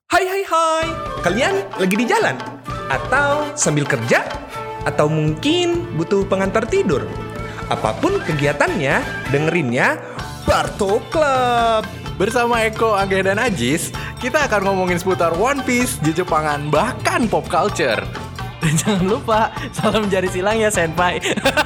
Hai hai hai, kalian lagi di jalan? Atau sambil kerja? Atau mungkin butuh pengantar tidur? Apapun kegiatannya, dengerinnya Barto Club. Bersama Eko, Angge, dan Ajis, kita akan ngomongin seputar One Piece, Jepangan, bahkan pop culture. Dan jangan lupa, salam jari silang ya senpai.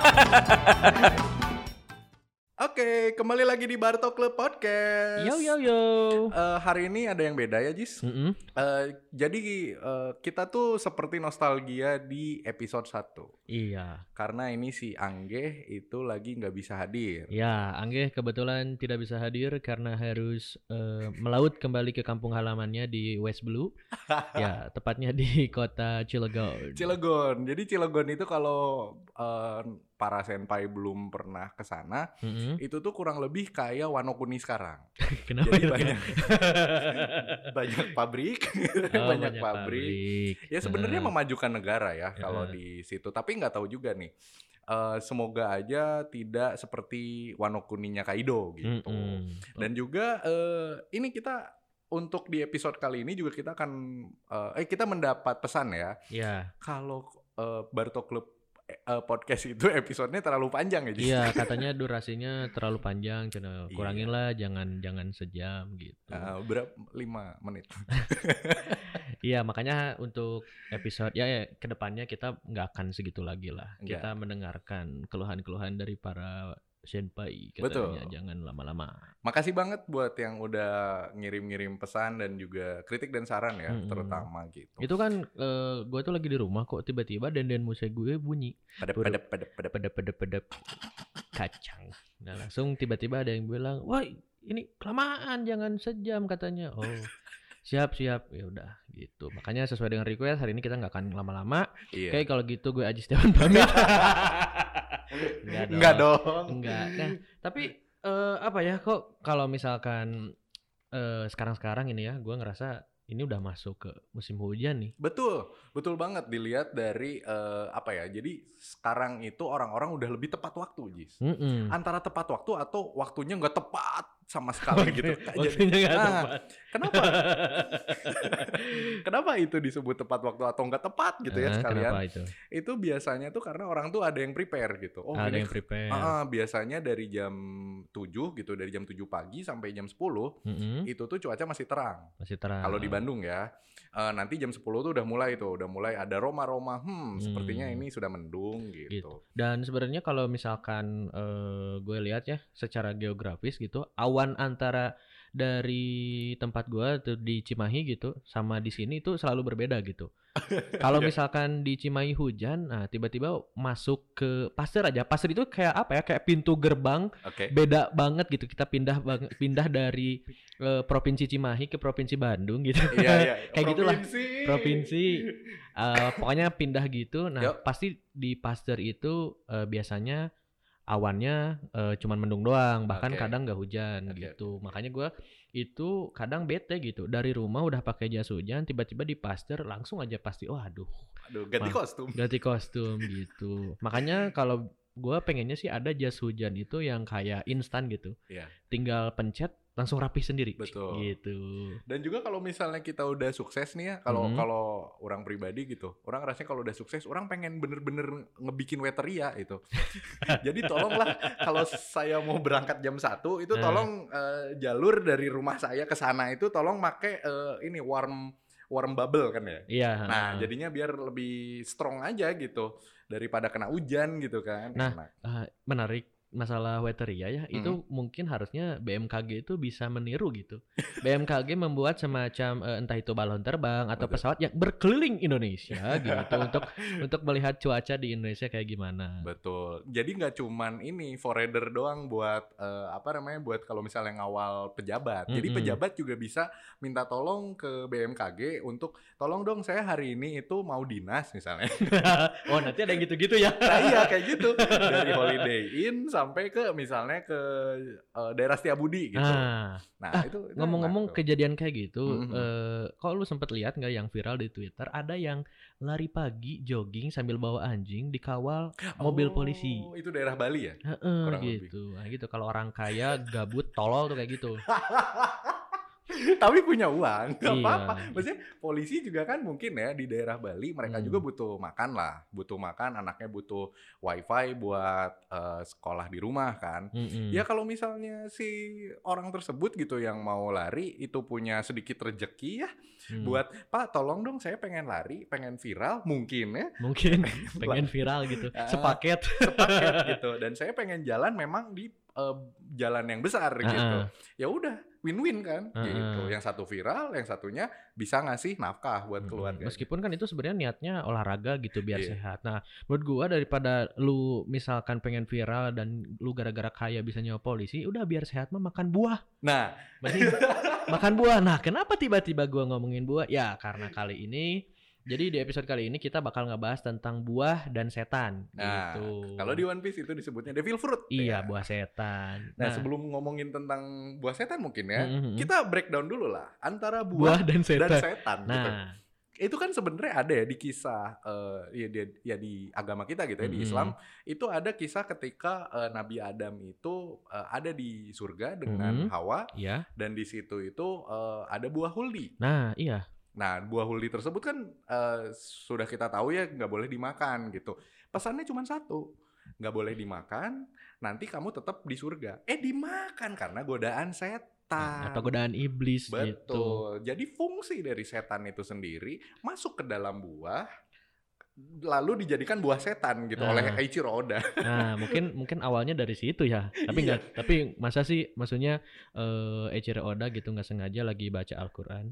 Oke, kembali lagi di Barto Club Podcast. Yo. Hari ini ada yang beda ya, Jis. Jadi kita tuh seperti nostalgia di episode 1. Iya. Karena ini si Angge itu lagi nggak bisa hadir. Ya, Angge kebetulan tidak bisa hadir karena harus melaut kembali ke kampung halamannya di West Blue. Ya, tepatnya di kota Cilegon. Jadi Cilegon itu kalau para senpai belum pernah ke sana, itu tuh kurang lebih kayak Wano Kuni sekarang. Kenapa Jadi itu? banyak pabrik, banyak pabrik. Ya sebenarnya memajukan negara ya kalau di situ. Tapi nggak tahu juga nih. Semoga aja tidak seperti Wano Kuninya Kaido gitu. Dan juga ini kita untuk di episode kali ini juga kita akan kita mendapat pesan ya. Iya. Kalau Barto Club podcast itu episodenya terlalu panjang ya. Iya, katanya durasinya terlalu panjang, kuranginlah, jangan sejam gitu. Berapa 5 menit. Iya, makanya untuk episode ya kedepannya kita nggak akan segitu lagi lah. Enggak. Kita mendengarkan keluhan-keluhan dari para senpai, katanya. Betul. Jangan lama-lama. Makasih banget buat yang udah ngirim-ngirim pesan dan juga kritik dan saran ya, terutama gitu. Itu kan gue tuh lagi di rumah kok tiba-tiba denden musik gue bunyi. Pedep kacang. Nah langsung tiba-tiba ada yang bilang, wah ini kelamaan, jangan sejam katanya. Oh siap ya udah gitu. Makanya sesuai dengan request hari ini kita nggak akan lama-lama. Iya. Kayak kalau gitu gue Ajis Setiawan pamit. Enggak dong. Enggak. Nah tapi apa ya, kok kalau misalkan sekarang ini ya, gue ngerasa ini udah masuk ke musim hujan nih. Betul banget dilihat dari jadi sekarang itu orang-orang udah lebih tepat waktu, Jis. Antara tepat waktu atau waktunya nggak tepat sama sekali gitu. Waktunya nggak tepat. Kenapa itu disebut tepat waktu atau nggak tepat gitu ya sekalian? Kenapa itu? Itu biasanya tuh karena orang tuh ada yang prepare gitu. Ada yang prepare. Biasanya dari jam 7 gitu, dari jam 7 pagi sampai jam 10 itu tuh cuaca masih terang. Masih terang. Kalau di Bandung ya. Nanti jam 10 tuh udah mulai ada aroma sepertinya ini sudah mendung gitu. Dan sebenarnya kalau misalkan gue lihat ya secara geografis gitu, awan antara dari tempat gue tuh di Cimahi gitu sama di sini itu selalu berbeda gitu. Kalau misalkan di Cimahi hujan, nah tiba-tiba masuk ke Pasir aja. Pasir itu kayak apa ya? Kayak pintu gerbang. Beda banget gitu. Kita pindah dari provinsi Cimahi ke provinsi Bandung gitu. Iya. Kayak gitulah. Provinsi. Pokoknya pindah gitu. Nah, pasti di Pasir itu biasanya awannya cuman mendung doang, bahkan kadang nggak hujan gitu. Makanya gue itu kadang bete gitu, dari rumah udah pakai jas hujan, tiba-tiba di Pasteur langsung aja pasti aduh ganti kostum gitu. Makanya kalau gue pengennya sih ada jas hujan itu yang kayak instan gitu, tinggal pencet langsung rapi sendiri. Betul. Gitu. Dan juga kalau misalnya kita udah sukses nih ya, kalau orang pribadi gitu, orang rasanya kalau udah sukses, orang pengen bener-bener ngebikin weteria itu. Jadi tolonglah kalau saya mau berangkat jam 1 itu tolong jalur dari rumah saya ke sana itu tolong pakai ini warm bubble kan ya. Iya. Nah, jadinya biar lebih strong aja gitu daripada kena hujan gitu kan. Nah, menarik masalah weteria ya, itu mungkin harusnya BMKG itu bisa meniru gitu. BMKG membuat semacam entah itu balon terbang atau pesawat yang berkeliling Indonesia gitu untuk melihat cuaca di Indonesia kayak gimana. Betul. Jadi nggak cuman ini forerunner doang buat buat kalau misalnya ngawal pejabat. Jadi pejabat juga bisa minta tolong ke BMKG untuk tolong dong saya hari ini itu mau dinas misalnya. Oh nanti ada yang gitu-gitu ya? Nah iya kayak gitu. Dari Holiday Inn sampai ke misalnya ke daerah Setiabudi gitu. Itu ngomong-ngomong kejadian kayak gitu, kok lu sempet lihat nggak yang viral di Twitter? Ada yang lari pagi jogging sambil bawa anjing dikawal mobil polisi. Itu daerah Bali ya? Gitu. Nah gitu. Kalau orang kaya gabut tolol tuh kayak gitu. Tapi punya uang, nggak apa-apa. Maksudnya polisi juga kan mungkin ya di daerah Bali mereka juga butuh makan lah, butuh makan, anaknya butuh wifi buat sekolah di rumah kan. Ya kalau misalnya si orang tersebut gitu yang mau lari itu punya sedikit rezeki ya, buat Pak tolong dong saya pengen lari, pengen viral mungkin ya. Mungkin pengen viral gitu, sepaket gitu. Dan saya pengen jalan memang di jalan yang besar gitu. Ya udah win-win kan gitu. Yang satu viral, yang satunya bisa ngasih nafkah buat keluarga. Meskipun kan itu sebenarnya niatnya olahraga gitu biar sehat. Nah, menurut gua daripada lu misalkan pengen viral dan lu gara-gara kaya bisa nyewa polisi, udah biar sehat mah makan buah. Nah, makan buah. Nah, kenapa tiba-tiba gua ngomongin buah? Ya, karena kali ini jadi di episode kali ini kita bakal ngebahas tentang buah dan setan. Nah, gitu. Kalau di One Piece itu disebutnya Devil Fruit. Iya, ya. Buah setan. Nah, sebelum ngomongin tentang buah setan mungkin ya, kita breakdown dulu lah antara buah dan setan. Nah, gitu. Itu kan sebenarnya ada ya di kisah di agama kita gitu ya, di Islam itu ada kisah ketika Nabi Adam itu ada di surga dengan Hawa, dan di situ itu ada buah huldi. Nah, iya. Nah, buah huldi tersebut kan sudah kita tahu ya nggak boleh dimakan gitu. Pesannya cuma satu, nggak boleh dimakan, nanti kamu tetap di surga. Dimakan karena godaan setan. Atau godaan iblis. Betul. Gitu. Jadi fungsi dari setan itu sendiri masuk ke dalam buah, lalu dijadikan buah setan gitu oleh Eiichiro Oda. Nah, mungkin awalnya dari situ ya. Tapi tapi masa sih maksudnya Eiichiro Oda gitu nggak sengaja lagi baca Al-Qur'an.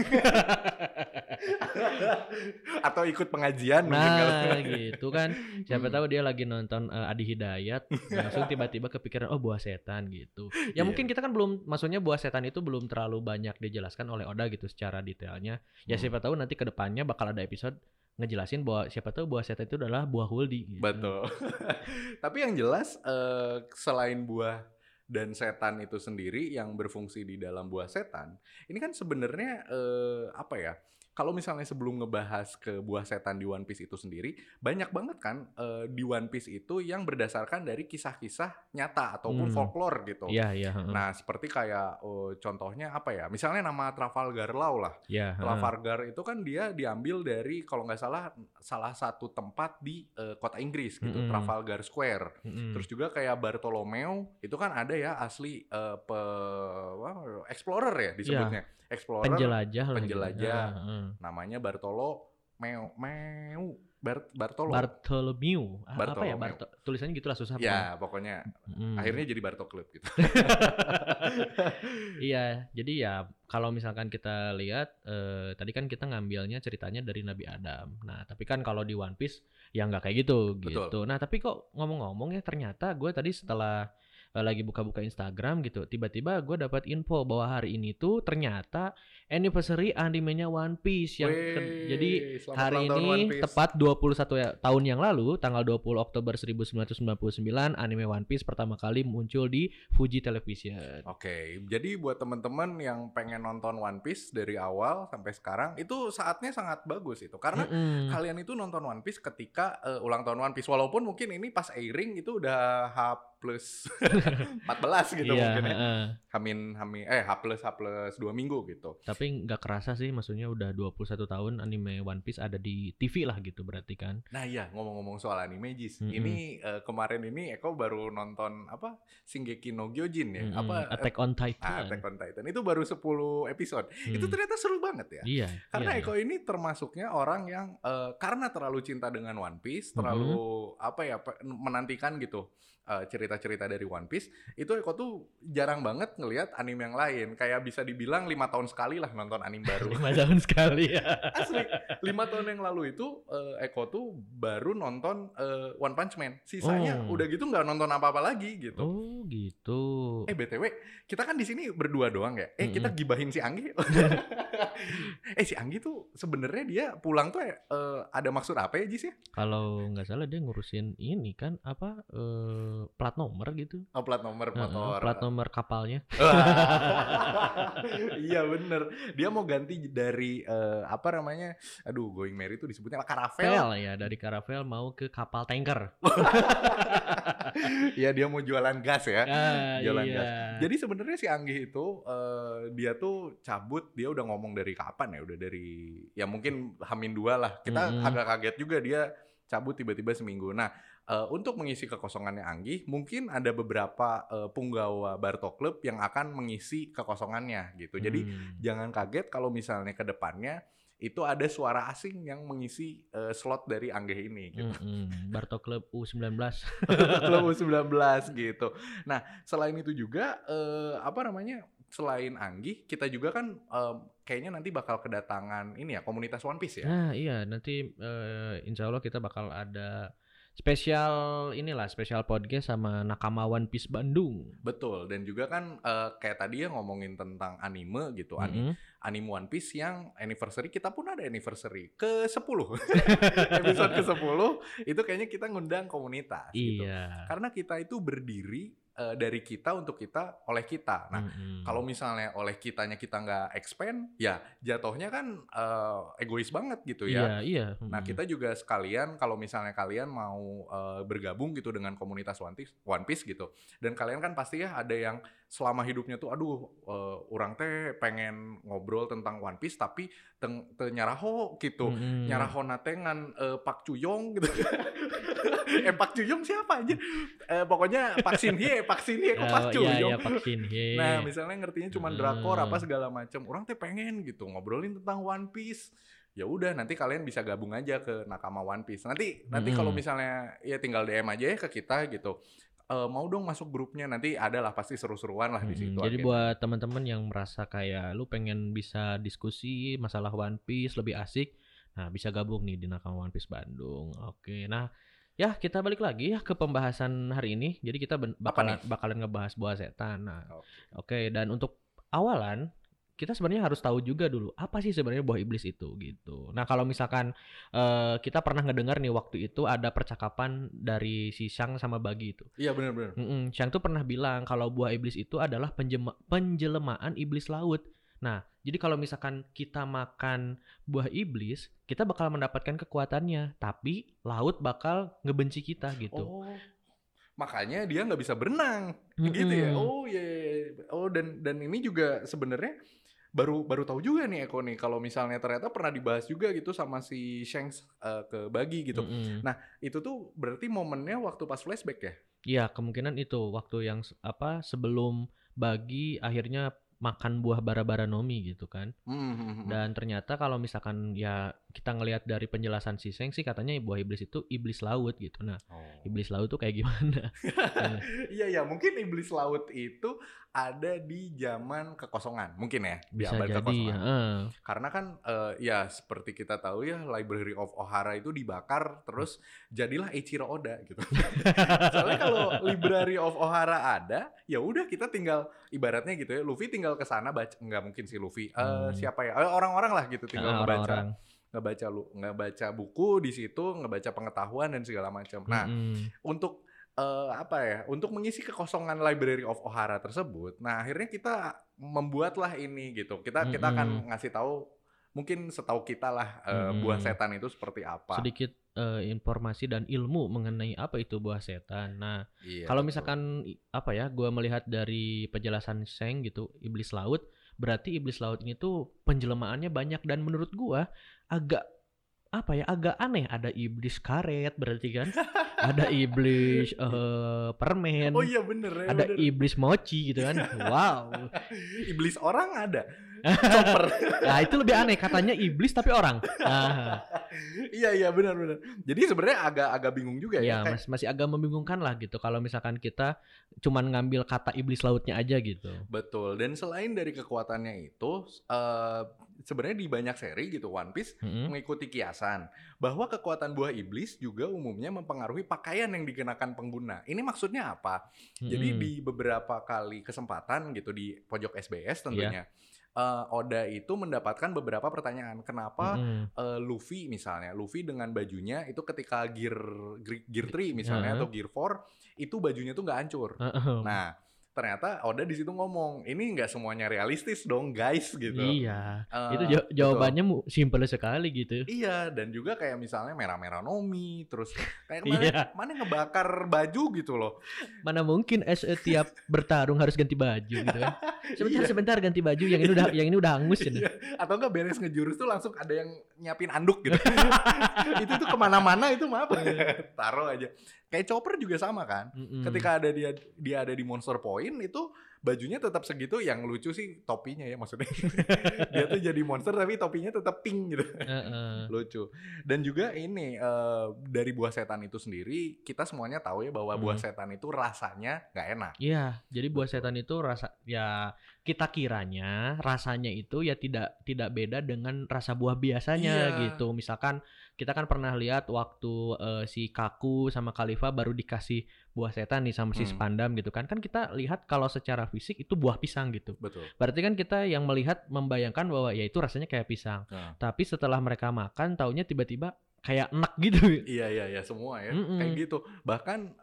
Atau ikut pengajian gitu kan. Siapa tahu dia lagi nonton Adi Hidayat, langsung tiba-tiba kepikiran buah setan gitu. Ya mungkin kita kan belum, maksudnya buah setan itu belum terlalu banyak dijelaskan oleh Oda gitu secara detailnya. Ya siapa tahu nanti ke depannya bakal ada episode ngejelasin bahwa siapa tahu buah setan itu adalah buah huldi gitu. Betul. Tapi yang jelas selain buah dan setan itu sendiri yang berfungsi di dalam buah setan, ini kan sebenarnya apa ya? Kalau misalnya sebelum ngebahas ke buah setan di One Piece itu sendiri, banyak banget kan di One Piece itu yang berdasarkan dari kisah-kisah nyata ataupun folklore gitu. Iya. Nah, seperti kayak contohnya apa ya? Misalnya nama Trafalgar Law lah. Trafalgar itu kan dia diambil dari kalau nggak salah satu tempat di kota Inggris gitu, Trafalgar Square. Terus juga kayak Bartolomeo itu kan ada ya asli explorer ya disebutnya. Explorer, penjelajah. Namanya Bartolomeo. Apa ya? Tulisannya gitulah susah. Ya, pokoknya akhirnya jadi Barto Club gitu. Iya, jadi ya kalau misalkan kita lihat tadi kan kita ngambilnya ceritanya dari Nabi Adam. Nah, tapi kan kalau di One Piece ya nggak kayak gitu. Nah, tapi kok ngomong-ngomong ya ternyata gue tadi setelah lagi buka-buka Instagram gitu, tiba-tiba gue dapat info bahwa hari ini tuh ternyata anniversary animenya One Piece yang jadi hari ini tepat 21 tahun yang lalu, tanggal 20 Oktober 1999 anime One Piece pertama kali muncul di Fuji Television. Oke, jadi buat teman-teman yang pengen nonton One Piece dari awal sampai sekarang itu saatnya sangat bagus itu karena kalian itu nonton One Piece ketika ulang tahun One Piece, walaupun mungkin ini pas airing itu udah H+14 gitu mungkin ya. H+2 minggu gitu. Tapi nggak kerasa sih, maksudnya udah 21 tahun anime One Piece ada di TV lah gitu berarti kan. Nah iya, ngomong-ngomong soal anime Jis, ini kemarin ini Eko baru nonton apa Shingeki no Kyojin ya, Attack on Titan. Attack on Titan itu baru 10 episode. Itu ternyata seru banget ya. Iya. Karena Eko ini termasuknya orang yang karena terlalu cinta dengan One Piece, terlalu menantikan gitu cerita-cerita dari One Piece, itu Eko tuh jarang banget ngelihat anime yang lain. Kayak bisa dibilang 5 tahun sekali lah nonton anime baru. 5 tahun sekali ya. Asli, 5 tahun yang lalu itu Eko tuh baru nonton One Punch Man. Sisanya udah gitu nggak nonton apa-apa lagi gitu. Oh gitu. BTW, kita kan di sini berdua doang ya. Kita gibahin si Anggi. Si Anggi tuh sebenarnya dia pulang tuh ada maksud apa ya Jis ya? Kalau nggak salah dia ngurusin ini kan plat nomor gitu. Oh, plat nomor motor. Plat nomor kapalnya. Iya bener. Dia mau ganti dari apa namanya? Aduh, Going Merry itu disebutnya Caravel. Ya, dari Caravel mau ke kapal tanker. Iya, dia mau jualan gas ya. Jualan iya. gas. Jadi sebenarnya si Anggih itu dia tuh cabut, dia udah ngomong dari kapan ya? Udah dari ya mungkin H-2 lah. Kita agak kaget juga dia cabut tiba-tiba seminggu. Nah, untuk mengisi kekosongannya Anggih, mungkin ada beberapa punggawa Barto Club yang akan mengisi kekosongannya gitu. Jadi jangan kaget kalau misalnya ke depannya itu ada suara asing yang mengisi slot dari Anggih ini gitu. Barto Club U19. Club U19 gitu. Nah, selain itu juga apa namanya? Selain Anggih, kita juga kan kayaknya nanti bakal kedatangan ini ya, komunitas One Piece ya. Nah, iya, nanti insya Allah kita bakal ada spesial podcast sama nakama One Piece Bandung. Betul, dan juga kan kayak tadi ya ngomongin tentang anime gitu, anime One Piece yang anniversary, kita pun ada anniversary ke-10. Episode ke-10 itu kayaknya kita ngundang komunitas gitu. Karena kita itu berdiri dari kita untuk kita oleh kita. Nah, kalau misalnya oleh kitanya kita nggak expand, ya jatuhnya kan egois banget gitu ya. Iya. Nah, kita juga sekalian kalau misalnya kalian mau bergabung gitu dengan komunitas One Piece gitu, dan kalian kan pasti ya ada yang selama hidupnya tuh, orang teh pengen ngobrol tentang One Piece tapi nyaraho gitu, nyaraho nate ngan Pak Cuyong gitu. Pak Cuyong siapa aja? Pokoknya Pak Shinhye kok Pak Cuyong. Iya, Pak Shinhye. Nah, misalnya ngertinya cuma drakor apa segala macam, orang teh pengen gitu ngobrolin tentang One Piece. Ya udah, nanti kalian bisa gabung aja ke nakama One Piece. Nanti kalau misalnya ya tinggal DM aja ya ke kita gitu. Mau dong masuk grupnya, nanti ada lah pasti seru-seruan lah di situ. Jadi buat teman-teman yang merasa kayak lu pengen bisa diskusi masalah One Piece lebih asik, nah bisa gabung nih di nakama One Piece Bandung. Oke, nah ya kita balik lagi ya ke pembahasan hari ini. Jadi kita bakalan ngebahas buah setan. Nah, oke, dan untuk awalan kita sebenarnya harus tahu juga dulu apa sih sebenarnya buah iblis itu gitu. Nah, kalau misalkan kita pernah ngedengar nih waktu itu ada percakapan dari si Shang sama Bagi itu. Iya, benar. Shang tuh pernah bilang kalau buah iblis itu adalah penjelemaan iblis laut. Nah, jadi kalau misalkan kita makan buah iblis, kita bakal mendapatkan kekuatannya, tapi laut bakal ngebenci kita gitu. Oh, makanya dia nggak bisa berenang, gitu ya? Oh iya. Oh, dan ini juga sebenarnya baru tahu juga nih Eko nih, kalau misalnya ternyata pernah dibahas juga gitu sama si Shanks ke Bagi gitu. Nah, itu tuh berarti momennya waktu pas flashback ya? Iya, kemungkinan itu waktu yang sebelum Bagi akhirnya makan buah bara-bara nomi gitu kan. Dan ternyata kalau misalkan ya kita ngelihat dari penjelasan si Seng sih katanya buah iblis itu iblis laut gitu. Nah, iblis laut tuh kayak gimana? Iya, mungkin iblis laut itu ada di zaman kekosongan, mungkin ya, di abad kekosongan. Karena kan ya seperti kita tahu ya, Library of Ohara itu dibakar terus jadilah Eiichiro Oda gitu. Soalnya kalau Library of Ohara ada, ya udah kita tinggal ibaratnya gitu ya, Luffy tinggal ke sana baca, nggak mungkin sih Luffy, siapa ya, orang-orang lah gitu tinggal ngebaca buku di situ, ngebaca pengetahuan dan segala macam. Nah, untuk untuk mengisi kekosongan Library of Ohara tersebut, nah akhirnya kita membuatlah ini gitu. Kita akan ngasih tahu, mungkin setahu kita lah buah setan itu seperti apa. Sedikit informasi dan ilmu mengenai apa itu buah setan. Nah, kalau misalkan gue melihat dari penjelasan Seng gitu, iblis laut, berarti iblis laut ini tuh penjelmaannya banyak dan menurut gua agak aneh. Ada iblis karet berarti kan, ada iblis permen. Oh iya bener ya. Ada iblis mochi gitu kan. Wow. Iblis orang ada. Chopper. Nah itu lebih aneh, katanya iblis tapi orang. Iya benar. Jadi sebenarnya agak bingung juga ya. Iya, masih agak membingungkan lah gitu kalau misalkan kita cuman ngambil kata iblis lautnya aja gitu. Betul. Dan selain dari kekuatannya itu, sebenarnya di banyak seri gitu One Piece mengikuti kiasan bahwa kekuatan buah iblis juga umumnya mempengaruhi pakaian yang dikenakan pengguna. Ini maksudnya apa? Jadi di beberapa kali kesempatan gitu di pojok SBS tentunya, Oda itu mendapatkan beberapa pertanyaan. Kenapa Luffy misalnya, Luffy dengan bajunya itu ketika gear 3 misalnya atau gear 4 itu bajunya tuh nggak hancur. Nah, ternyata Oda di situ ngomong, ini nggak semuanya realistis dong guys gitu. Iya, itu jawabannya simpel sekali gitu. Iya, dan juga kayak misalnya merah-merah Nomi, terus kayak kemarin mana ngebakar baju gitu loh. Mana mungkin tiap bertarung harus ganti baju gitu kan. Sebentar ganti baju, yang ini udah hangus ya. Atau enggak beres ngejurus tuh langsung ada yang nyiapin anduk gitu. Itu tuh kemana-mana itu maaf taruh aja. Kayak Chopper juga sama kan. Ketika ada dia ada di Monster Point itu bajunya tetap segitu. Yang lucu sih topinya ya maksudnya. Dia tuh jadi monster tapi topinya tetap pink gitu. Lucu. Dan juga ini dari buah setan itu sendiri kita semuanya tahu ya bahwa buah setan itu rasanya nggak enak. Iya, jadi buah setan itu kita kiranya rasanya itu ya tidak beda dengan rasa buah biasanya gitu. Misalkan kita kan pernah lihat waktu si Kaku sama Khalifa baru dikasih buah setan nih sama si Spandam gitu kan kita lihat kalau secara fisik itu buah pisang gitu. Betul. Berarti kan kita yang melihat membayangkan bahwa ya itu rasanya kayak pisang. Tapi setelah mereka makan taunya tiba-tiba kayak enak gitu. Iya semua ya kayak gitu. Bahkan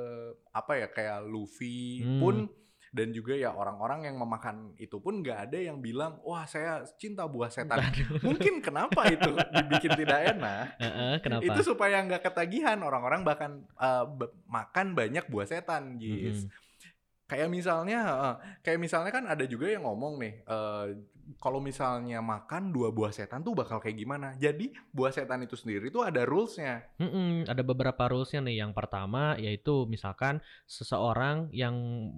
kayak Luffy pun dan juga ya orang-orang yang memakan itu pun nggak ada yang bilang wah saya cinta buah setan. Mungkin kenapa itu dibikin tidak enak? Kenapa? Itu supaya nggak ketagihan orang-orang bahkan makan banyak buah setan, Jis. Kayak misalnya kan ada juga yang ngomong nih kalau misalnya makan 2 buah setan tuh bakal kayak gimana. Jadi buah setan itu sendiri tuh ada rules-nya. Ada beberapa rules-nya nih. Yang pertama yaitu misalkan seseorang yang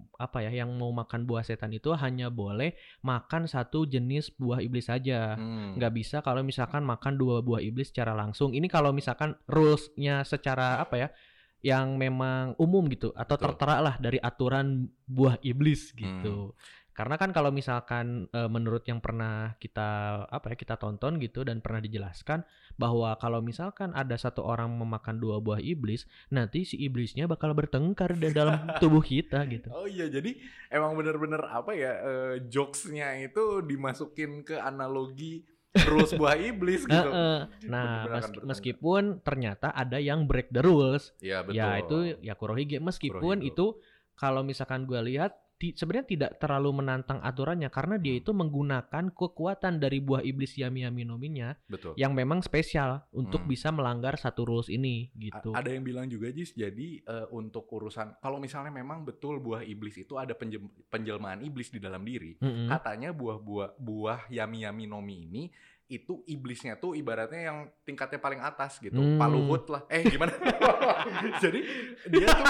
mau makan buah setan itu hanya boleh makan 1 jenis buah iblis saja. Nggak bisa kalau misalkan makan 2 buah iblis secara langsung. Ini kalau misalkan rules-nya secara yang memang umum gitu atau tertera lah dari aturan buah iblis gitu. Karena kan kalau misalkan menurut yang pernah kita tonton gitu dan pernah dijelaskan bahwa kalau misalkan ada satu orang memakan 2 buah iblis, nanti si iblisnya bakal bertengkar di dalam tubuh kita gitu. Oh iya, jadi emang bener-bener jokes-nya itu dimasukin ke analogi rules buah iblis gitu. Nah, meskipun ternyata ada yang break the rules. Ya, betul. Ya itu ya Kurohige. Meskipun itu kalau misalkan gue lihat sebenarnya tidak terlalu menantang aturannya karena dia itu menggunakan kekuatan dari buah iblis Yami Yami Nominya yang memang spesial untuk bisa melanggar 1 rules ini gitu. Ada yang bilang juga Jis, jadi untuk urusan kalau misalnya memang betul buah iblis itu ada penjelmaan iblis di dalam diri, katanya buah Yami Yami Nomi ini itu iblisnya tuh ibaratnya yang tingkatnya paling atas gitu, Paluhut lah. Gimana? Jadi dia tuh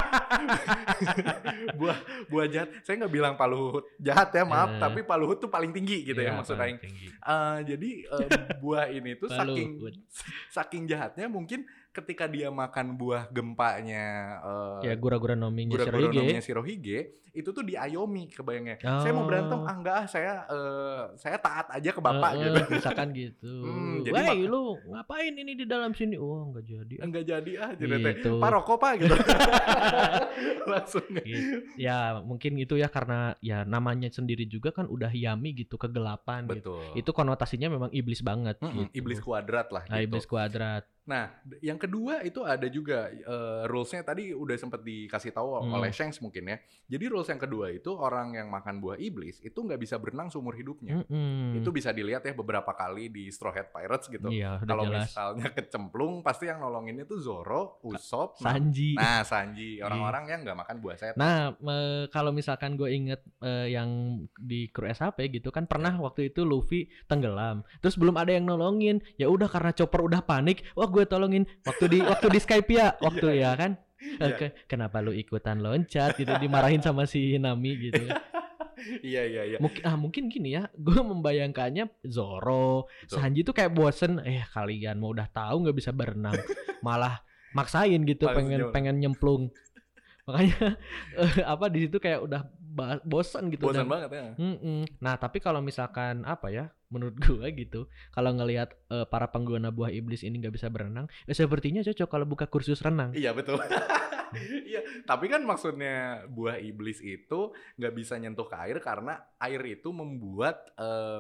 buah jahat. Saya nggak bilang Paluhut jahat ya, maaf. Tapi Paluhut tuh paling tinggi gitu ya maksudnya. Jadi buah ini tuh saking jahatnya mungkin ketika dia makan buah gempanya Gura-Gura Nominya Shirohige itu tuh diayomi kebayangnya. Saya mau berantem enggak, saya taat aja ke bapak gitu. Misalkan gitu. Jadi lu ngapain ini di dalam sini? Oh, enggak jadi gitu. Pak rokok Pak gitu. Langsung gitu. Ya mungkin itu ya karena ya namanya sendiri juga kan udah Yami gitu, kegelapan. Betul. Gitu. Itu konotasinya memang iblis banget gitu. Iblis kuadrat lah gitu. Iblis kuadrat. Nah, yang kedua itu ada juga rules-nya tadi udah sempat dikasih tahu oleh Shanks mungkin ya. Jadi rules yang kedua itu orang yang makan buah iblis itu nggak bisa berenang seumur hidupnya. Itu bisa dilihat ya beberapa kali di Straw Hat Pirates gitu. Kalau misalnya kecemplung pasti yang nolongin itu Zoro, Usopp, Sanji. Nah, Sanji, orang-orang yang nggak makan buah setan. Nah, kalau misalkan gue inget yang di kru SHP gitu kan pernah waktu itu Luffy tenggelam. Terus belum ada yang nolongin. Ya udah karena Chopper udah panik, wah gue tolongin waktu di Skypiea waktu ya kan. Kenapa lu ikutan loncat gitu, dimarahin sama si Nami gitu. Iya. Mungkin gini ya, gue membayangkannya Zoro, Sanji tuh kayak bosen, kalian mau udah tahu nggak bisa berenang, malah maksain gitu, pengen nyemplung. Makanya di situ kayak udah bosan gitu. Bosan banget ya. Nah tapi kalau misalkan menurut gue gitu, kalau ngelihat para pengguna buah iblis ini nggak bisa berenang, sepertinya cocok kalau buka kursus renang. Iya betul. Iya, tapi kan maksudnya buah iblis itu nggak bisa nyentuh ke air karena air itu membuat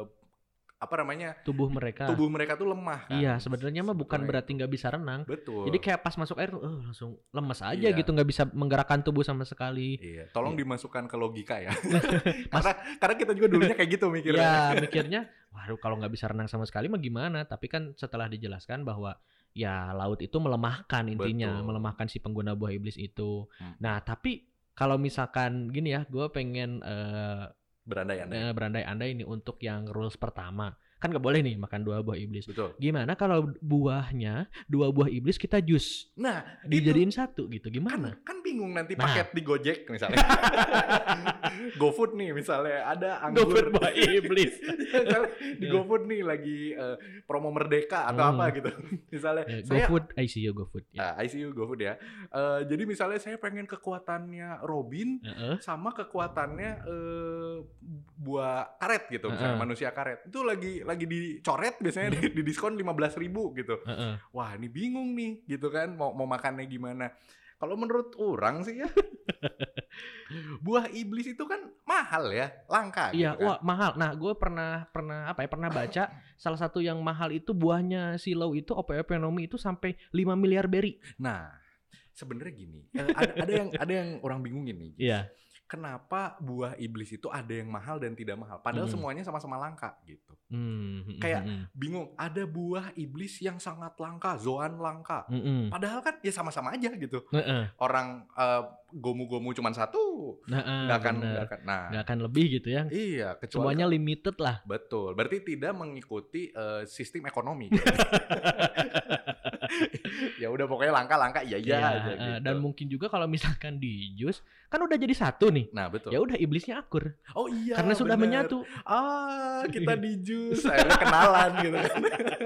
tubuh mereka tuh lemah kan. Iya, sebenarnya mah bukan berarti nggak bisa renang. Betul. Jadi kayak pas masuk air langsung lemes aja gitu, nggak bisa menggerakkan tubuh sama sekali. Iya, tolong dimasukkan ke logika ya. karena kita juga dulunya kayak gitu mikirnya. Ya, mikirnya waduh kalau nggak bisa renang sama sekali mah gimana? Tapi kan setelah dijelaskan bahwa ya laut itu melemahkan intinya, melemahkan si pengguna buah iblis itu. Nah, tapi kalau misalkan gini ya, gue pengen berandai-andai ini untuk yang rules pertama. Kan nggak boleh nih makan 2 buah iblis. Betul. Gimana kalau buahnya 2 buah iblis kita jus? Nah, dijadiin satu gitu. Gimana? Kan bingung nanti paket di Gojek misalnya. GoFood nih misalnya ada anggur GoFood buah iblis. Di GoFood nih lagi promo Merdeka atau apa gitu. Misalnya GoFood, ICU GoFood. Ya. ICU GoFood ya. Jadi misalnya saya pengen kekuatannya Robin sama kekuatannya buah karet gitu, misalnya manusia karet. Itu lagi dicoret biasanya di diskon 15.000 gitu. Wah, ini bingung nih gitu kan mau makannya gimana. Kalau menurut orang sih ya buah iblis itu kan mahal ya, langka iya, gitu kan. Wah, mahal. Nah, gue pernah baca salah satu yang mahal itu buahnya silau itu Ophiophyllum itu sampai 5 miliar berry. Nah, sebenarnya gini, ada yang orang bingungin nih. Iya. Kenapa buah iblis itu ada yang mahal dan tidak mahal? Padahal semuanya sama-sama langka gitu. Kayak bingung, ada buah iblis yang sangat langka, zoan langka. Padahal kan ya sama-sama aja gitu. Orang gomu-gomu cuma satu, nggak akan lebih gitu ya. Iya, semuanya limited lah. Betul, berarti tidak mengikuti sistem ekonomi. Gitu. Ya udah pokoknya langka iya aja gitu. Dan mungkin juga kalau misalkan di jus kan udah jadi satu nih. Nah, betul. Ya udah iblisnya akur. Oh iya. Karena sudah menyatu. Kita di jus akhirnya kenalan gitu kan.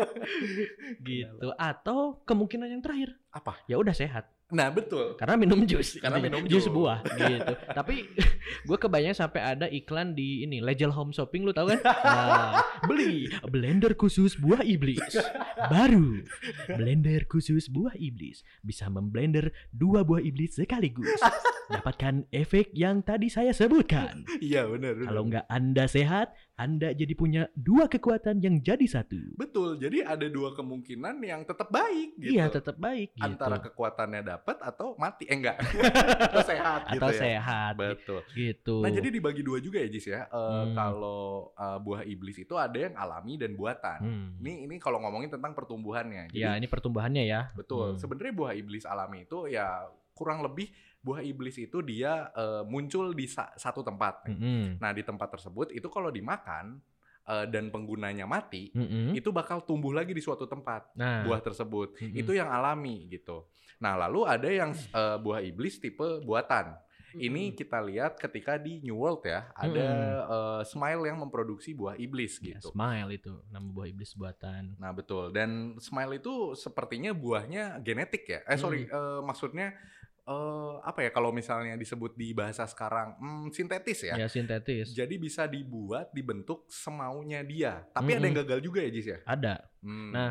Gitu. Atau kemungkinan yang terakhir apa? Ya udah sehat. Nah, betul. Karena minum jus. Jus buah gitu. Tapi gue kebayang sampai ada iklan di ini Legel Home Shopping, lu tahu kan? Nah, beli blender khusus buah iblis. Baru blender khusus buah iblis bisa memblender 2 buah iblis sekaligus. Dapatkan efek yang tadi saya sebutkan. Iya, benar. Kalau nggak Anda sehat, Anda jadi punya 2 kekuatan yang jadi satu. Betul. Jadi ada 2 kemungkinan yang tetap baik gitu. Iya, tetap baik gitu. Antara kekuatannya dapat atau mati. Enggak. Atau sehat gitu atau ya. Sehat. Betul. Gitu. Nah, jadi dibagi 2 juga ya, Jis ya. Kalau buah iblis itu ada yang alami dan buatan. Ini kalau ngomongin tentang pertumbuhannya. Iya, ini pertumbuhannya ya. Betul. Sebenarnya buah iblis alami itu ya kurang lebih buah iblis itu dia muncul di satu tempat. Nah, di tempat tersebut itu kalau dimakan dan penggunanya mati, itu bakal tumbuh lagi di suatu tempat buah tersebut. Itu yang alami gitu. Nah, lalu ada yang buah iblis tipe buatan. Ini kita lihat ketika di New World ya, ada Smile yang memproduksi buah iblis gitu. Ya, Smile itu nama buah iblis buatan. Nah, betul. Dan Smile itu sepertinya buahnya genetik ya. Maksudnya apa ya kalau misalnya disebut di bahasa sekarang sintetis ya. Ya, sintetis. Jadi bisa dibentuk semaunya dia. Tapi ada yang gagal juga ya, Jis ya? Ada. Nah,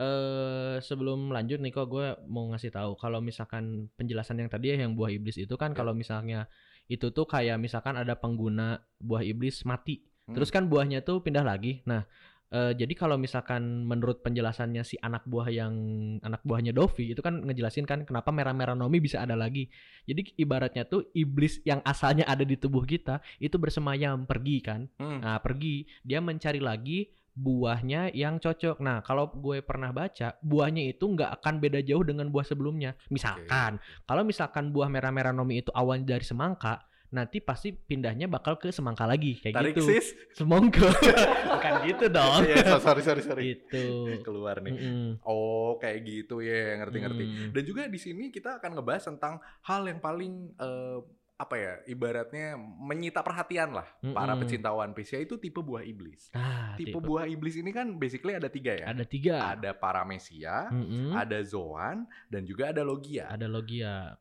sebelum lanjut nih kok gue mau ngasih tahu kalau misalkan penjelasan yang tadi ya yang buah iblis itu kan kalau misalnya itu tuh kayak misalkan ada pengguna buah iblis mati. Terus kan buahnya tuh pindah lagi. Nah, jadi kalau misalkan menurut penjelasannya si anak buahnya Dovi itu kan ngejelasin kan kenapa merah-merah Nomi bisa ada lagi. Jadi ibaratnya tuh iblis yang asalnya ada di tubuh kita itu bersemayam pergi kan. Nah, pergi dia mencari lagi buahnya yang cocok. Nah, kalau gue pernah baca buahnya itu nggak akan beda jauh dengan buah sebelumnya. Misalkan kalau misalkan buah merah-merah Nomi itu awalnya dari semangka, nanti pasti pindahnya bakal ke semangka lagi kayak tarik gitu. Sis. Semongko. Bukan gitu dong. Iya, sorry. Gitu. Keluar nih. Oh, kayak gitu ya, ngerti. Dan juga di sini kita akan ngebahas tentang hal yang paling ibaratnya menyita perhatian lah para pecinta One Piece, yaitu tipe buah iblis. Tipe buah iblis ini kan basically ada 3 ya. Ada 3. Ada Paramecia, ada Zoan, dan juga ada Logia.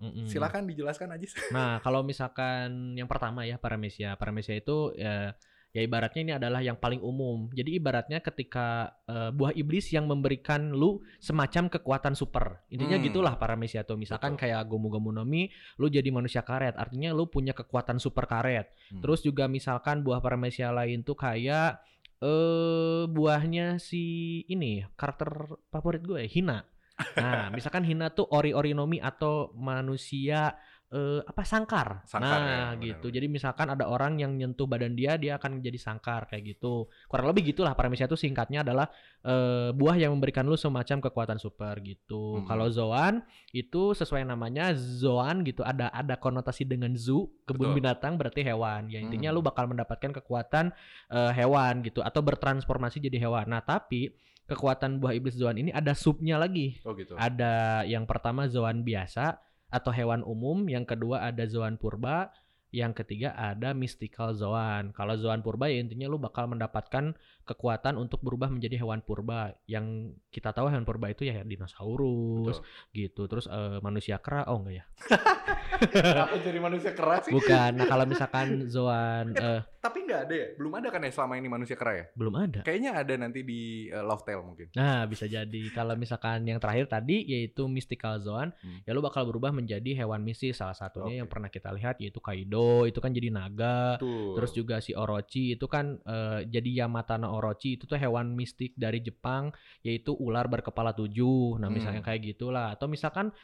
Silakan dijelaskan aja. Nah, kalau misalkan yang pertama ya Paramecia itu Ya ibaratnya ini adalah yang paling umum. Jadi ibaratnya ketika buah iblis yang memberikan lu semacam kekuatan super. Intinya gitulah paramecia tuh. Misalkan kayak Gomu-Gomu no Mi, lu jadi manusia karet. Artinya lu punya kekuatan super karet. Terus juga misalkan buah paramecia lain tuh kayak buahnya si ini karakter favorit gue Hina. Nah, misalkan Hina tuh Ori-Ori no Mi atau manusia sangkar. Nah, ya, gitu. Benar. Jadi misalkan ada orang yang nyentuh badan dia akan jadi sangkar kayak gitu. Kurang lebih gitulah paramecia itu singkatnya adalah buah yang memberikan lu semacam kekuatan super gitu. Kalau Zoan itu sesuai namanya Zoan gitu, ada konotasi dengan zoo, kebun binatang berarti hewan. Ya intinya lu bakal mendapatkan kekuatan hewan gitu atau bertransformasi jadi hewan. Nah, tapi kekuatan buah iblis Zoan ini ada subnya lagi. Oh gitu. Ada yang pertama Zoan biasa atau hewan umum, yang kedua ada Zoan purba, yang ketiga ada mystical Zoan. Kalau Zoan purba ya intinya lu bakal mendapatkan kekuatan untuk berubah menjadi hewan purba. Yang kita tahu hewan purba itu ya dinosaurus. Betul. Gitu. Terus manusia kera, oh enggak ya? Apa jadi manusia kera sih? Bukan. Nah kalau misalkan Zoan tapi nggak ada ya? Belum ada kan ya selama ini manusia kera ya? Belum ada. Kayaknya ada nanti di Love Tale mungkin. Nah bisa jadi. Kalau misalkan yang terakhir tadi yaitu mystical Zoan, ya lu bakal berubah menjadi hewan mistis. Salah satunya yang pernah kita lihat yaitu Kaido, itu kan jadi naga. Terus juga si Orochi itu kan jadi Yamata no Orochi, itu tuh hewan mistik dari Jepang yaitu ular berkepala 7. Nah misalnya kayak gitulah. Atau misalkan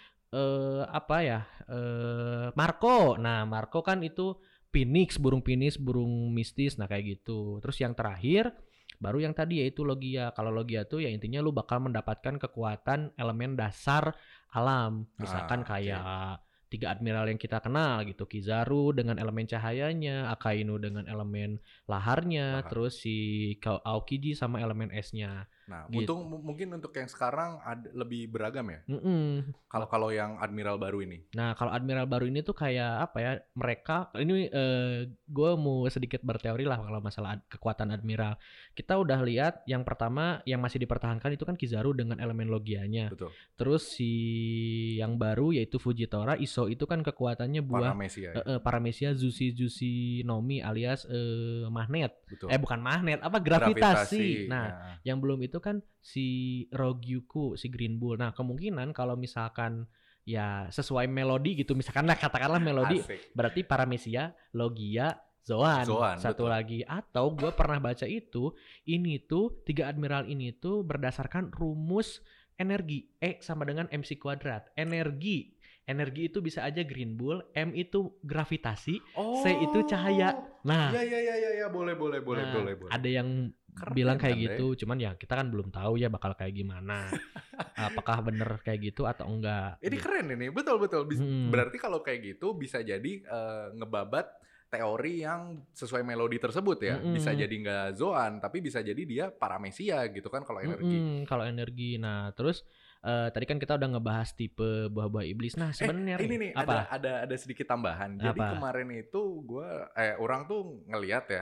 Marco. Nah Marco kan itu Phoenix, burung mistis. Nah kayak gitu. Terus yang terakhir baru yang tadi yaitu Logia. Kalau Logia tuh ya intinya lu bakal mendapatkan kekuatan elemen dasar alam. Misalkan kayak 3 admiral yang kita kenal gitu, Kizaru dengan elemen cahayanya, Akainu dengan elemen laharnya, terus si Aokiji sama elemen esnya. Nah, gitu. Mungkin untuk yang sekarang lebih beragam ya. Kalau yang admiral baru ini. Nah, kalau admiral baru ini tuh kayak apa ya? Mereka ini gue mau sedikit berteori lah kalau masalah kekuatan admiral. Kita udah lihat yang pertama yang masih dipertahankan itu kan Kizaru dengan elemen Logianya. Betul. Terus si yang baru yaitu Fujitora Iso itu kan kekuatannya buah paramecia Zushi Nomi alias magnet. Betul. Bukan magnet, gravitasi. Nah, yang belum itu kan si Rogyuku, si Green Bull. Nah, kemungkinan kalau misalkan ya sesuai melodi gitu, misalkan katakanlah melodi, berarti paramecia, Logia, Zoan satu betul. Lagi. Atau gue pernah baca ini tuh 3 admiral ini tuh berdasarkan rumus energi E sama dengan MC kuadrat. Energi itu bisa aja Green Bull, M itu gravitasi, C itu cahaya. Nah, ya boleh. Ada yang bilang kayak gitu, cuman ya kita kan belum tahu ya bakal kayak gimana. Apakah bener kayak gitu atau enggak? Ini keren ini, betul. Berarti kalau kayak gitu bisa jadi ngebabat teori yang sesuai melodi tersebut ya. Bisa jadi nggak Zoan, tapi bisa jadi dia paramecia gitu kan kalau energi. Kalau energi, nah terus tadi kan kita udah ngebahas tipe buah-buah iblis. Nah sebenarnya ini nih ada sedikit tambahan. Jadi kemarin itu orang tuh ngelihat ya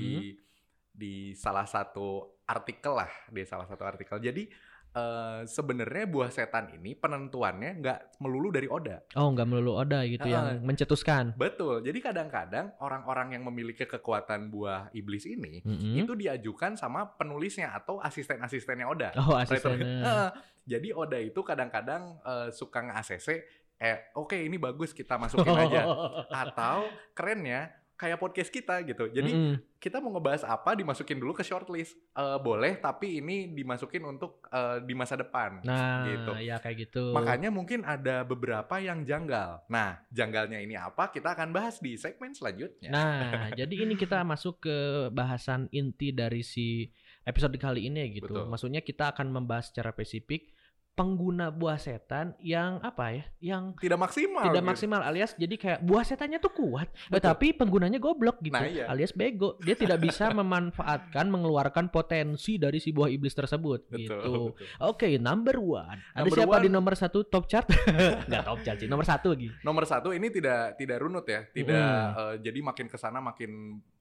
di salah satu artikel lah, Jadi sebenarnya buah setan ini penentuannya nggak melulu dari Oda. Oh, nggak melulu Oda gitu yang mencetuskan. Betul. Jadi kadang-kadang orang-orang yang memiliki kekuatan buah iblis ini itu diajukan sama penulisnya atau asisten-asistennya Oda. Oh, asistennya. Jadi Oda itu kadang-kadang suka nge-ACC, oke, ini bagus kita masukin aja. Atau kerennya kayak podcast kita gitu. Jadi kita mau ngebahas apa dimasukin dulu ke shortlist. Boleh, tapi ini dimasukin untuk di masa depan. Nah, gitu. Ya kayak gitu. Makanya mungkin ada beberapa yang janggal. Nah, janggalnya ini apa? Kita akan bahas di segmen selanjutnya. Nah, jadi ini kita masuk ke bahasan inti dari si episode kali ini gitu. Betul. Maksudnya kita akan membahas secara spesifik pengguna buah setan yang yang tidak maksimal alias jadi kayak buah setannya tuh kuat tapi penggunanya goblok gitu. Nah, iya. Alias bego, dia tidak bisa mengeluarkan potensi dari si buah iblis tersebut. Betul. Oke, number 1 ada siapa di nomor 1 top chart? Nggak top chart sih, nomor 1 lagi. Nomor 1 ini tidak runut ya, tidak jadi makin kesana makin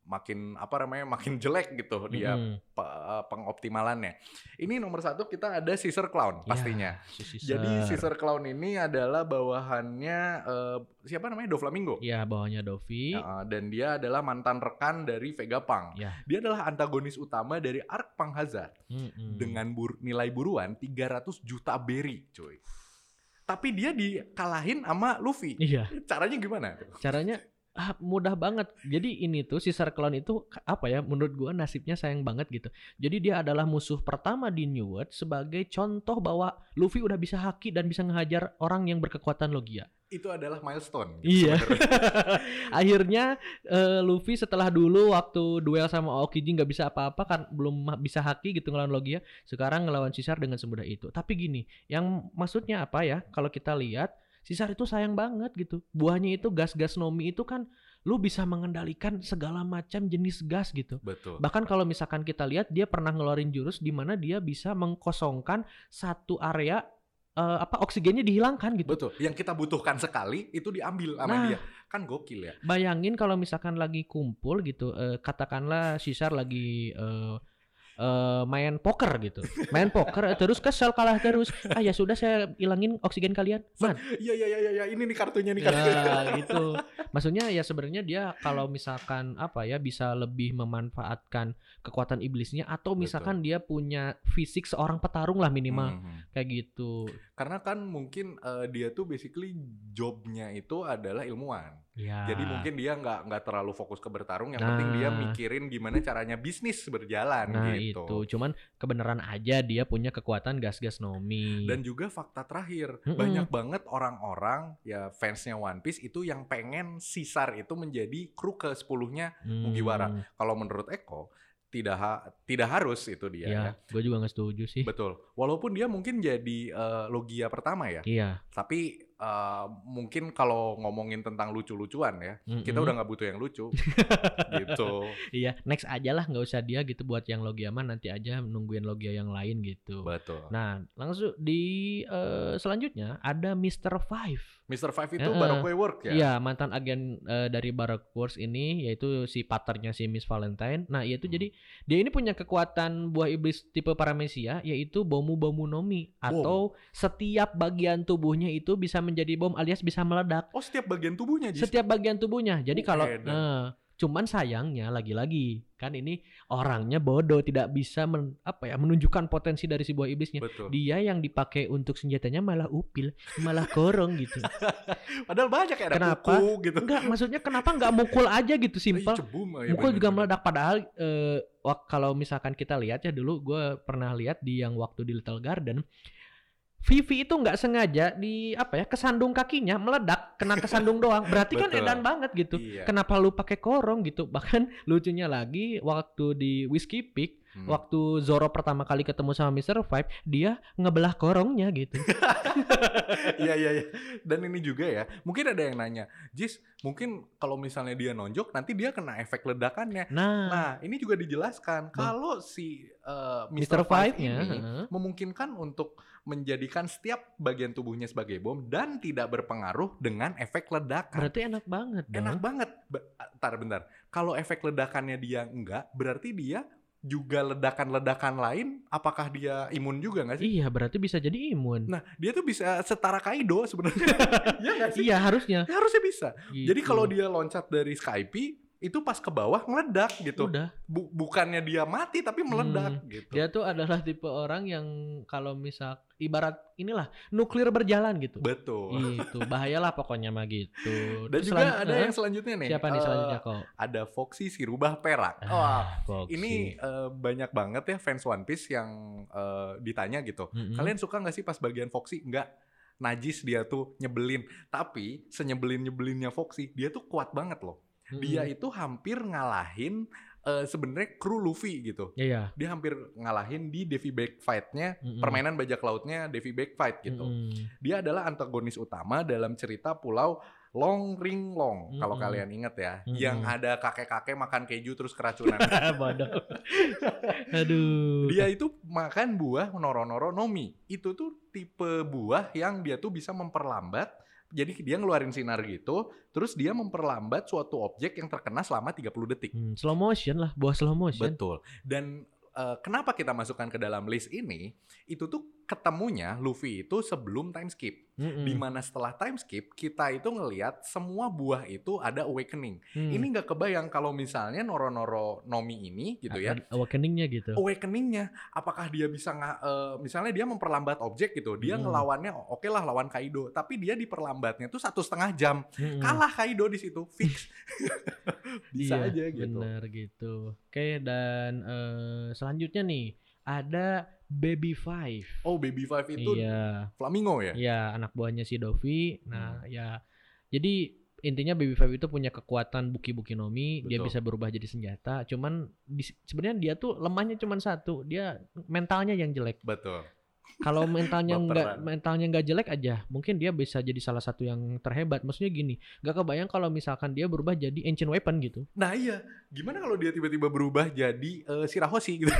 makin jelek gitu dia pengoptimalannya. Ini nomor 1 kita ada Caesar Clown pastinya. Jadi Caesar Clown ini adalah bawahannya siapa namanya, Doflamingo. Iya, bawahannya Dovi. Dan dia adalah mantan rekan dari Vegapunk. Dia adalah antagonis utama dari arc Punk Hazard dengan nilai buruan 300 juta berry, cuy. Tapi dia dikalahin sama Luffy. Iya. Caranya gimana? Caranya mudah banget. Jadi ini tuh Caesar Clown itu menurut gua nasibnya sayang banget gitu. Jadi dia adalah musuh pertama di New World sebagai contoh bahwa Luffy udah bisa haki dan bisa ngehajar orang yang berkekuatan Logia. Itu adalah milestone. Iya. Akhirnya Luffy setelah dulu waktu duel sama Aokiji nggak bisa apa-apa kan, belum bisa haki gitu ngelawan Logia. Sekarang ngelawan Caesar dengan semudah itu. Tapi gini, yang maksudnya apa ya? Kalau kita lihat Caesar itu sayang banget gitu. Buahnya itu gas-gas Nomi itu kan lu bisa mengendalikan segala macam jenis gas gitu. Betul. Bahkan kalau misalkan kita lihat dia pernah ngeluarin jurus di mana dia bisa mengkosongkan satu area oksigennya dihilangkan gitu. Betul. Yang kita butuhkan sekali itu diambil sama dia. Kan gokil ya. Bayangin kalau misalkan lagi kumpul gitu, katakanlah Caesar lagi main poker gitu. Main poker terus kesel kalah terus. Ya sudah saya hilangin oksigen kalian. Man. Iya ini nih kartunya nih. Ya gitu. Maksudnya ya sebenarnya dia kalau misalkan bisa lebih memanfaatkan kekuatan iblisnya atau misalkan dia punya fisik seorang petarung lah minimal. Kayak gitu. Karena kan mungkin dia tuh basically jobnya itu adalah ilmuwan. Ya. Jadi mungkin dia nggak terlalu fokus ke bertarung, yang penting dia mikirin gimana caranya bisnis berjalan gitu. Itu cuman kebenaran aja dia punya kekuatan gas-gas Nomi. Dan juga fakta terakhir, banyak banget orang-orang ya fansnya One Piece itu yang pengen Caesar itu menjadi kru ke-10-nya Mugiwara. Kalau menurut Eko tidak harus itu dia ya. Gue juga nggak setuju sih. Betul. Walaupun dia mungkin jadi Logia pertama ya. Iya. Tapi mungkin kalau ngomongin tentang lucu-lucuan ya, kita udah nggak butuh yang lucu. Gitu. Iya, next aja lah, nggak usah dia gitu buat yang Logia mah, nanti aja nungguin Logia yang lain gitu. Betul. Nah, langsung di selanjutnya ada Mr. Five. Mr. Five itu Baroque Work ya? Iya, mantan agen dari Baroque Works ini, yaitu si paternya si Miss Valentine. Nah, yaitu jadi dia ini punya kekuatan buah iblis tipe Paramecia, yaitu Bomu Nomi. Atau setiap bagian tubuhnya itu bisa menjadi bom alias bisa meledak. Oh, setiap bagian tubuhnya? Setiap bagian tubuhnya. Jadi kalau cuman sayangnya lagi-lagi kan ini orangnya bodoh, tidak bisa menunjukkan potensi dari si buah iblisnya. Betul. Dia yang dipakai untuk senjatanya malah upil, malah korong gitu. Padahal banyak ya, ada kuku gitu. Enggak, maksudnya kenapa enggak mukul aja gitu, simpel. Mukul juga meledak, padahal kalau misalkan kita lihat ya, dulu gue pernah lihat di yang waktu di Little Garden, Vivi itu nggak sengaja kesandung kakinya meledak, kena kesandung doang. Berarti kan edan banget gitu. Iya. Kenapa lu pakai korong gitu? Bahkan lucunya lagi waktu di Whiskey Peak, waktu Zoro pertama kali ketemu sama Mr. Five, dia ngebelah korongnya gitu. Iya. Dan ini juga ya, mungkin ada yang nanya, Jis, mungkin kalau misalnya dia nonjok, nanti dia kena efek ledakannya. Nah ini juga dijelaskan. Kalau si Mr. Five ini memungkinkan untuk menjadikan setiap bagian tubuhnya sebagai bom dan tidak berpengaruh dengan efek ledakan. Berarti enak banget dong. Enak banget. Bentar. Kalau efek ledakannya dia enggak, berarti dia juga ledakan-ledakan lain, apakah dia imun juga nggak sih? Iya, berarti bisa jadi imun. Nah, dia tuh bisa setara Kaido sebenarnya. Iya nggak sih? Iya, harusnya. Harusnya bisa. Gitu. Jadi kalau dia loncat dari Skype, itu pas ke bawah meledak gitu. Udah. Bukannya dia mati tapi meledak gitu. Dia tuh adalah tipe orang yang kalau misal ibarat inilah nuklir berjalan gitu. Betul. Itu bahayalah pokoknya mah gitu. Dan terus juga ada yang selanjutnya nih. Siapa nih selanjutnya kok? Ada Foxy si rubah perak. Ini banyak banget ya fans One Piece yang ditanya gitu. Kalian suka nggak sih pas bagian Foxy? Enggak. Najis dia tuh, nyebelin. Tapi senyebelin-nyebelinnya Foxy, dia tuh kuat banget loh. Dia itu hampir ngalahin sebenarnya kru Luffy gitu. Iya. Dia hampir ngalahin di Davy Bag Fight-nya, permainan bajak lautnya Davy Bag Fight gitu. Dia adalah antagonis utama dalam cerita Pulau Long Ring Long, kalau kalian inget ya. Yang ada kakek-kakek makan keju terus keracunan. Bodoh. Aduh. Dia itu makan buah Noro-Noro Nomi. Itu tuh tipe buah yang dia tuh bisa memperlambat Jadi dia ngeluarin sinar gitu, terus dia memperlambat suatu objek yang terkena selama 30 detik. Slow motion lah, buah slow motion. Betul. Dan kenapa kita masukkan ke dalam list ini? Itu tuh ketemunya Luffy itu sebelum time skip. Dimana setelah time skip kita itu ngelihat semua buah itu ada awakening. Ini nggak kebayang kalau misalnya Noro-Noro Nomi ini gitu ya. Awakeningnya gitu. Awakeningnya, apakah dia bisa misalnya dia memperlambat objek gitu. Dia ngelawannya oke lah lawan Kaido, tapi dia diperlambatnya tuh 1,5 jam. Kalah Kaido di situ fix. Bisa aja gitu. Bener gitu. Oke, dan selanjutnya nih ada Baby Five. Oh, Baby Five itu Flamingo ya? Iya, anak buahnya si Dovi. Nah, ya. Jadi intinya Baby Five itu punya kekuatan Buki-Buki Nomi. Betul. Dia bisa berubah jadi senjata. Cuman sebenarnya dia tuh lemahnya cuma satu. Dia mentalnya yang jelek. Betul. Kalau mentalnya nggak jelek aja, mungkin dia bisa jadi salah satu yang terhebat. Maksudnya gini, nggak kebayang kalau misalkan dia berubah jadi ancient weapon gitu. Nah iya, gimana kalau dia tiba-tiba berubah jadi Shirahoshi gitu?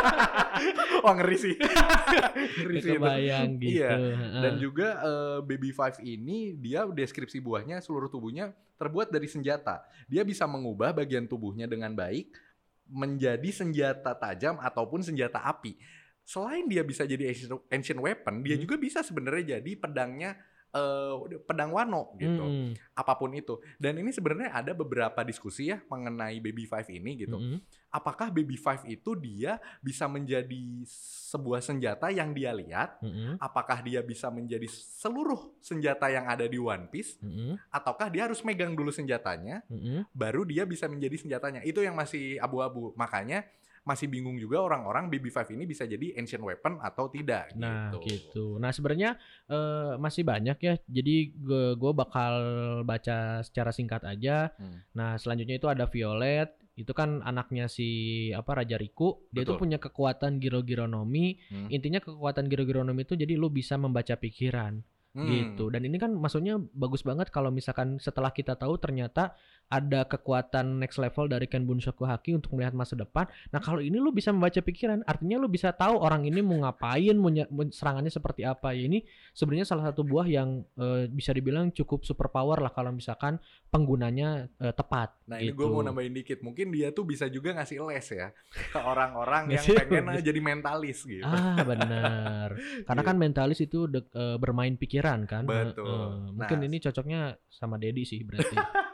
Wah ngeri sih. Ngeri sih kebayang gitu. Iya. Dan juga Baby Five ini dia deskripsi buahnya seluruh tubuhnya terbuat dari senjata. Dia bisa mengubah bagian tubuhnya dengan baik menjadi senjata tajam ataupun senjata api. Selain dia bisa jadi ancient weapon, dia juga bisa sebenarnya jadi pedangnya pedang Wano gitu. Apapun itu. Dan ini sebenarnya ada beberapa diskusi ya mengenai Baby Five ini gitu. Apakah Baby Five itu dia bisa menjadi sebuah senjata yang dia lihat? Apakah dia bisa menjadi seluruh senjata yang ada di One Piece? Ataukah dia harus megang dulu senjatanya, baru dia bisa menjadi senjatanya? Itu yang masih abu-abu. Makanya masih bingung juga orang-orang Baby Five ini bisa jadi ancient weapon atau tidak. Nah gitu. Nah sebenarnya masih banyak ya. Jadi gue bakal baca secara singkat aja. Nah selanjutnya itu ada Violet. Itu kan anaknya si Raja Riku. Dia tuh punya kekuatan Giro-Giro Nomi. Intinya kekuatan Giro-Giro Nomi itu jadi lu bisa membaca pikiran. Gitu. Dan ini kan maksudnya bagus banget kalau misalkan setelah kita tahu ternyata ada kekuatan next level dari Ken Bunshoku Haki untuk melihat masa depan. Nah kalau ini lu bisa membaca pikiran, artinya lu bisa tahu orang ini mau ngapain, mau serangannya seperti apa. Ya, ini sebenarnya salah satu buah yang bisa dibilang cukup super power lah kalau misalkan penggunanya tepat. Nah gitu. Ini gue mau nambahin dikit, mungkin dia tuh bisa juga ngasih les ya ke orang-orang yang pengen jadi mentalis gitu. Ah benar, karena kan mentalis itu bermain pikiran kan. Betul. Mungkin ini cocoknya sama Dedi sih berarti.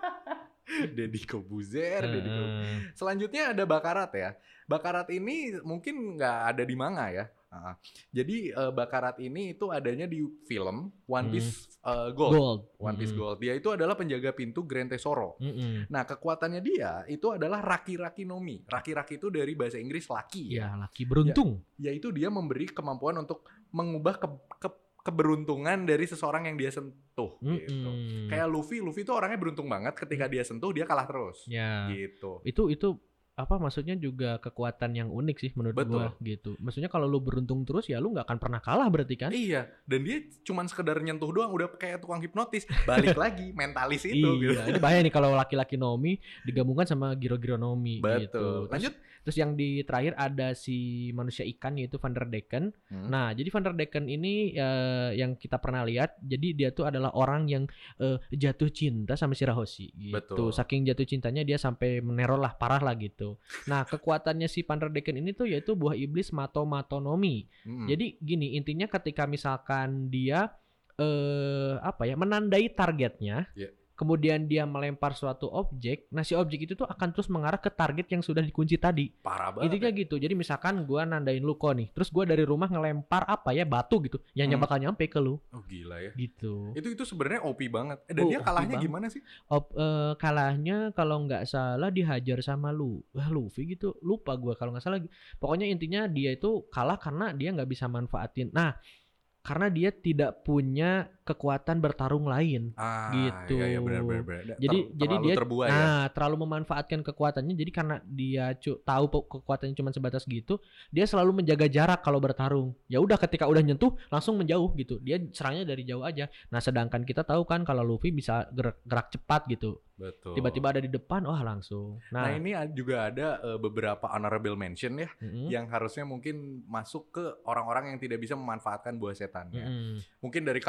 Deddy Kobuzer. Selanjutnya ada Bakarat ya. Bakarat ini mungkin nggak ada di manga ya. Jadi Bakarat ini itu adanya di film One Piece Gold. One Piece Gold. Dia itu adalah penjaga pintu Grand Tesoro. Nah kekuatannya dia itu adalah Raki-Raki Nomi. Raki-Raki itu dari bahasa Inggris laki. Ya laki beruntung. Yaitu dia memberi kemampuan untuk mengubah keberuntungan dari seseorang yang dia sentuh gitu. Kayak Luffy itu orangnya beruntung banget ketika dia sentuh dia kalah terus. Ya. Gitu. Itu maksudnya juga kekuatan yang unik sih menurut gua gitu. Maksudnya kalau lu beruntung terus ya lu nggak akan pernah kalah berarti kan? Iya. Dan dia cuman sekedar nyentuh doang udah kayak tukang hipnotis. Balik lagi mentalis itu. Iya. Gitu. Ini bahaya nih kalau laki-laki Nomi digabungkan sama Giro-Giro Nomi. Betul. Gitu. Lanjut. Terus yang di terakhir ada si manusia ikan yaitu Van der Decken. Nah, jadi Van der Decken ini yang kita pernah lihat, jadi dia tuh adalah orang yang jatuh cinta sama Shirahoshi gitu. Betul. Saking jatuh cintanya dia sampai meneror lah, parah lah gitu. Nah, kekuatannya si Van der Decken ini tuh yaitu buah iblis Mato-Mato Nomi. Jadi gini, intinya ketika misalkan dia menandai targetnya. Kemudian dia melempar suatu objek, nah si objek itu tuh akan terus mengarah ke target yang sudah dikunci tadi. Parah banget. Intinya gitu. Jadi misalkan gua nandain Luko nih, terus gua dari rumah ngelempar batu gitu, yang bakal nyampe ke lu. Oh gila ya. Gitu. Itu sebenarnya OP banget. Dan dia kalahnya gimana sih? Kalahnya kalau nggak salah dihajar sama Luffy gitu. Lupa gua kalau nggak salah. Pokoknya intinya dia itu kalah karena dia nggak bisa manfaatin. Nah, karena dia tidak punya kekuatan bertarung lain gitu. Iya benar. Jadi dia terbuai, terlalu memanfaatkan kekuatannya. Jadi karena dia tahu kekuatannya cuma sebatas gitu, dia selalu menjaga jarak kalau bertarung. Ya udah ketika udah nyentuh langsung menjauh gitu. Dia serangnya dari jauh aja. Nah, sedangkan kita tahu kan kalau Luffy bisa gerak cepat gitu. Betul. Tiba-tiba ada di depan, langsung. Nah ini juga ada beberapa honorable mention ya, yang harusnya mungkin masuk ke orang-orang yang tidak bisa memanfaatkan buah setannya. Mungkin dari kalian juga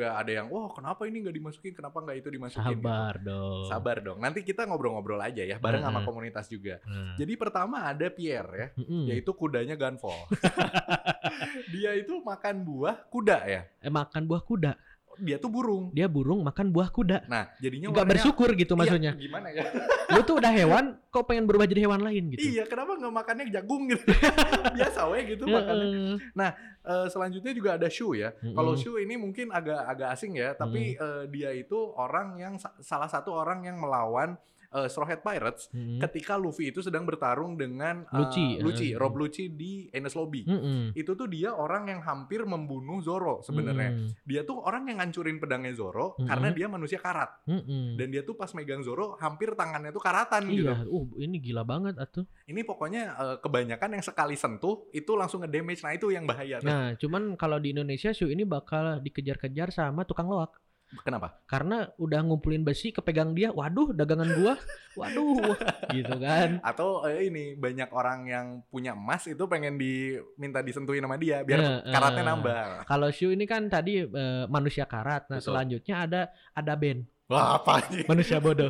juga ada yang, wah kenapa ini nggak dimasukin, kenapa nggak itu dimasukin. Sabar dong. Nanti kita ngobrol-ngobrol aja ya, bareng sama komunitas juga. Jadi pertama ada Pierre ya, yaitu kudanya Gunvolt. Dia itu makan buah kuda ya. Makan buah kuda. Dia tuh burung. Dia burung makan buah kuda. Nah, jadinya nggak bersyukur gitu maksudnya. Gimana ya? Lu tuh udah hewan, kok pengen berubah jadi hewan lain gitu? Iya, kenapa nggak makannya jagung gitu? Biasa we gitu makannya. Nah, selanjutnya juga ada Shu ya. Kalau Shu ini mungkin agak asing ya, tapi dia itu orang yang salah satu orang yang melawan Straw Hat Pirates ketika Luffy itu sedang bertarung dengan Rob Lucci di Enies Lobby. Itu tuh dia orang yang hampir membunuh Zoro sebenarnya. Dia tuh orang yang ngancurin pedangnya Zoro karena dia manusia karat. Dan dia tuh pas megang Zoro hampir tangannya tuh karatan gitu. Ini gila banget atuh. Ini pokoknya kebanyakan yang sekali sentuh itu langsung nge-damage. Nah, itu yang bahaya tuh. Nah, cuman kalau di Indonesia Shu ini bakal dikejar-kejar sama tukang loak. Kenapa? Karena udah ngumpulin besi, kepegang dia, waduh dagangan gua, waduh, gitu kan. Atau ini banyak orang yang punya emas itu pengen diminta disentuhin sama dia biar karatnya nambah. Kalau Shu ini kan tadi manusia karat, nah betul. Selanjutnya ada Ben. Wah, apa ini? Manusia bodoh.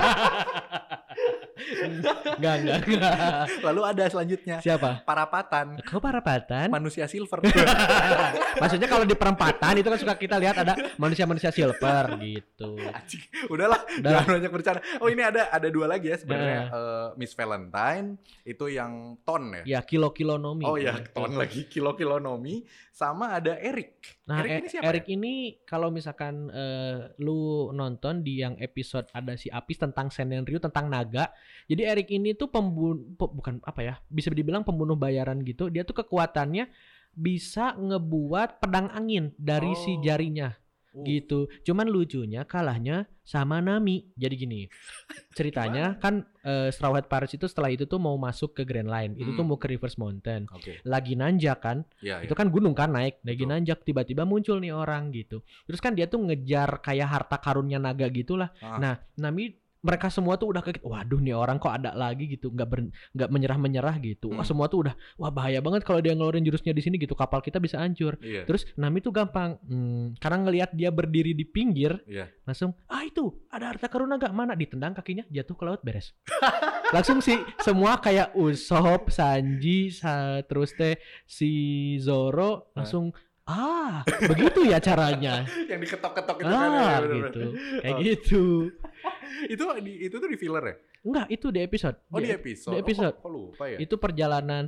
Enggak. Lalu ada selanjutnya. Siapa? Parapatan. Kok parapatan? Manusia silver. Maksudnya kalau di perempatan itu kan suka kita lihat ada manusia-manusia silver gitu. Udahlah, jangan banyak bercanda. Oh, ini ada dua lagi ya sebenarnya. Miss Valentine itu yang Ton ya. Ya, Kilo-Kilonomi. Oh ya, Ton lagi Kilo-Kilonomi. Sama ada Eric. Nah, Eric ini siapa? Eric ini kalau misalkan lu nonton di yang episode ada si Apis tentang Senenryu, tentang naga. Jadi Eric ini tuh bukan apa ya, bisa dibilang pembunuh bayaran gitu. Dia tuh kekuatannya bisa ngebuat pedang angin dari si jarinya. Gitu. Cuman lucunya kalahnya sama Nami. Jadi gini, ceritanya kan Straw Hat Pirates itu setelah itu tuh mau masuk ke Grand Line. Itu tuh mau ke Reverse Mountain. Lagi nanjak kan. Itu kan gunung kan naik. Lagi nanjak tiba-tiba muncul nih orang gitu. Terus kan dia tuh ngejar kayak harta karunnya naga gitulah. Nah, Nami mereka semua tuh udah kaget, waduh nih orang kok ada lagi gitu, nggak menyerah gitu. Semua tuh udah, wah bahaya banget kalau dia ngeluarin jurusnya di sini gitu, kapal kita bisa hancur. Terus Nami tuh gampang, karena ngelihat dia berdiri di pinggir, langsung, itu ada harta karun naga, mana, ditendang kakinya, jatuh ke laut, beres. Langsung sih semua kayak Usopp, Sanji, terus si Zoro langsung. Begitu ya caranya. Yang diketok-ketok itu kan ya, gitu. Kayak gitu. Itu tuh di filler ya? Enggak, itu di episode. Di episode. Di episode. Kok lupa ya? Itu perjalanan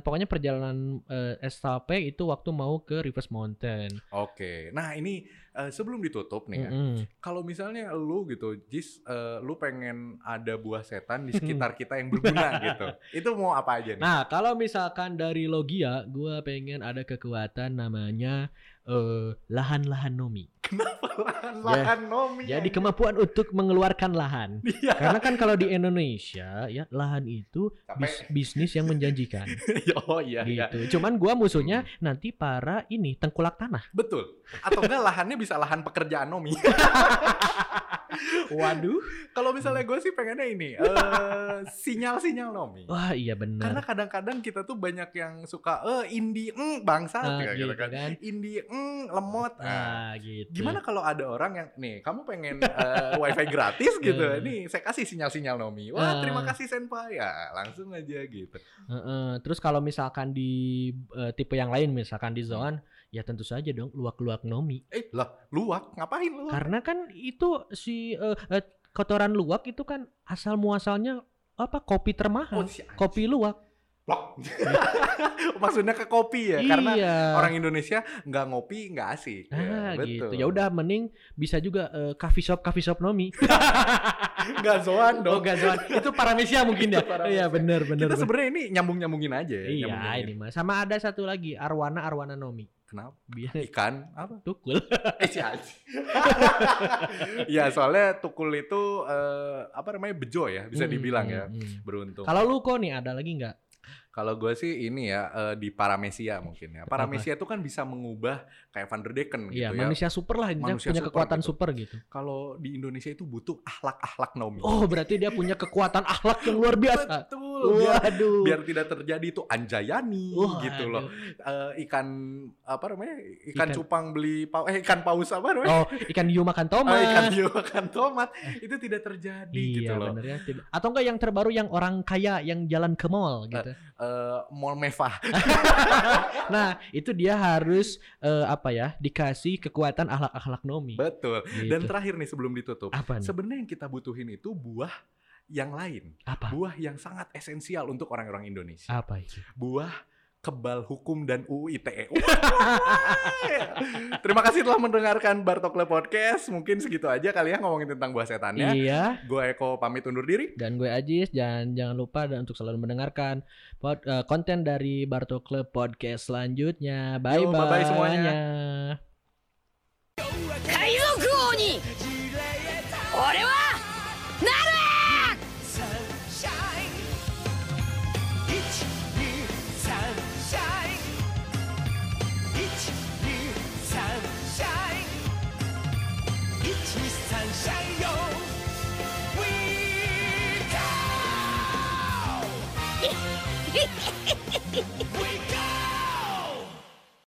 STP itu waktu mau ke Reverse Mountain. Oke. Nah, ini sebelum ditutup nih ya. Kalau misalnya lu gitu, Jis, lu pengen ada buah setan di sekitar kita yang berguna gitu. Itu mau apa aja nih? Nah, kalau misalkan dari Logia, gua pengen ada kekuatan namanya lahan-lahan Nomi. Kenapa lahan Nomi? Jadi kemampuan untuk mengeluarkan lahan. Karena kan kalau di Indonesia ya lahan itu bisnis yang menjanjikan. Gitu. Cuman gua musuhnya nanti para tengkulak tanah. Betul. Atau enggak lahannya bisa lahan pekerjaan Nomi. Waduh. Kalau misalnya gue sih pengennya ini sinyal-sinyal Nomi. Wah, iya benar. Karena kadang-kadang kita tuh banyak yang suka indie bangsat gitu kan. Indie lemot. Gitu. Gimana kalau ada orang yang nih, kamu pengen wifi gratis gitu. Nih, saya kasih sinyal-sinyal Nomi. Wah, terima kasih senpai. Ya, langsung aja gitu. Terus kalau misalkan di tipe yang lain, misalkan di Zoan, ya tentu saja dong luwak-luwak Nomi. Luwak? Ngapain luwak? Karena kan itu si kotoran luwak itu kan asal muasalnya kopi termahal. Kopi luwak. Maksudnya ke kopi ya, karena orang Indonesia nggak ngopi nggak asik. Gitu. Ya udah, mending bisa juga coffee shop Nomi. Nggak Zoan dong. Nggak Zoan. Itu Paramecia mungkin ya. Iya benar. Kita sebenarnya ini nyambungin aja ya. Iya ini mah. Sama ada satu lagi Arwana Nomi. Kenapa? Ikan apa? Tukul. Ya soalnya tukul itu bejo ya, bisa dibilang ya. Beruntung. Kalau lu kok nih ada lagi nggak? Kalau gue sih ini ya di Paramecia mungkin ya. Paramecia itu kan bisa mengubah kayak Van der Decken gitu ya. Manusia super lah, dia punya kekuatan super gitu. Kalau di Indonesia itu butuh akhlak Nomi. Oh, berarti dia punya kekuatan akhlak yang luar biasa. Betul. biar tidak terjadi itu anjayani gitu loh. Ikan apa namanya? Ikan cupang beli ikan paus apa namanya? Ikan hiu makan tomat. Ikan hiu makan tomat itu tidak terjadi gitu loh. Bener ya. Atau enggak yang terbaru yang orang kaya yang jalan ke mall gitu. Mall mewah. Nah, itu dia harus dikasih kekuatan akhlak nomi. Betul. Gitu. Dan terakhir nih sebelum ditutup. Sebenarnya yang kita butuhin itu buah yang lain. Apa? Buah yang sangat esensial untuk orang-orang Indonesia. Apa itu? Buah kebal hukum dan UU ITE. Terima kasih telah mendengarkan Bartokle Podcast. Mungkin segitu aja kali ya ngomongin tentang buah setannya. Iya. Gue Eko pamit undur diri. Dan gue Ajis. Dan jangan lupa untuk selalu mendengarkan konten dari Bartokle Podcast selanjutnya. Bye-bye semuanya. 海賊王に俺は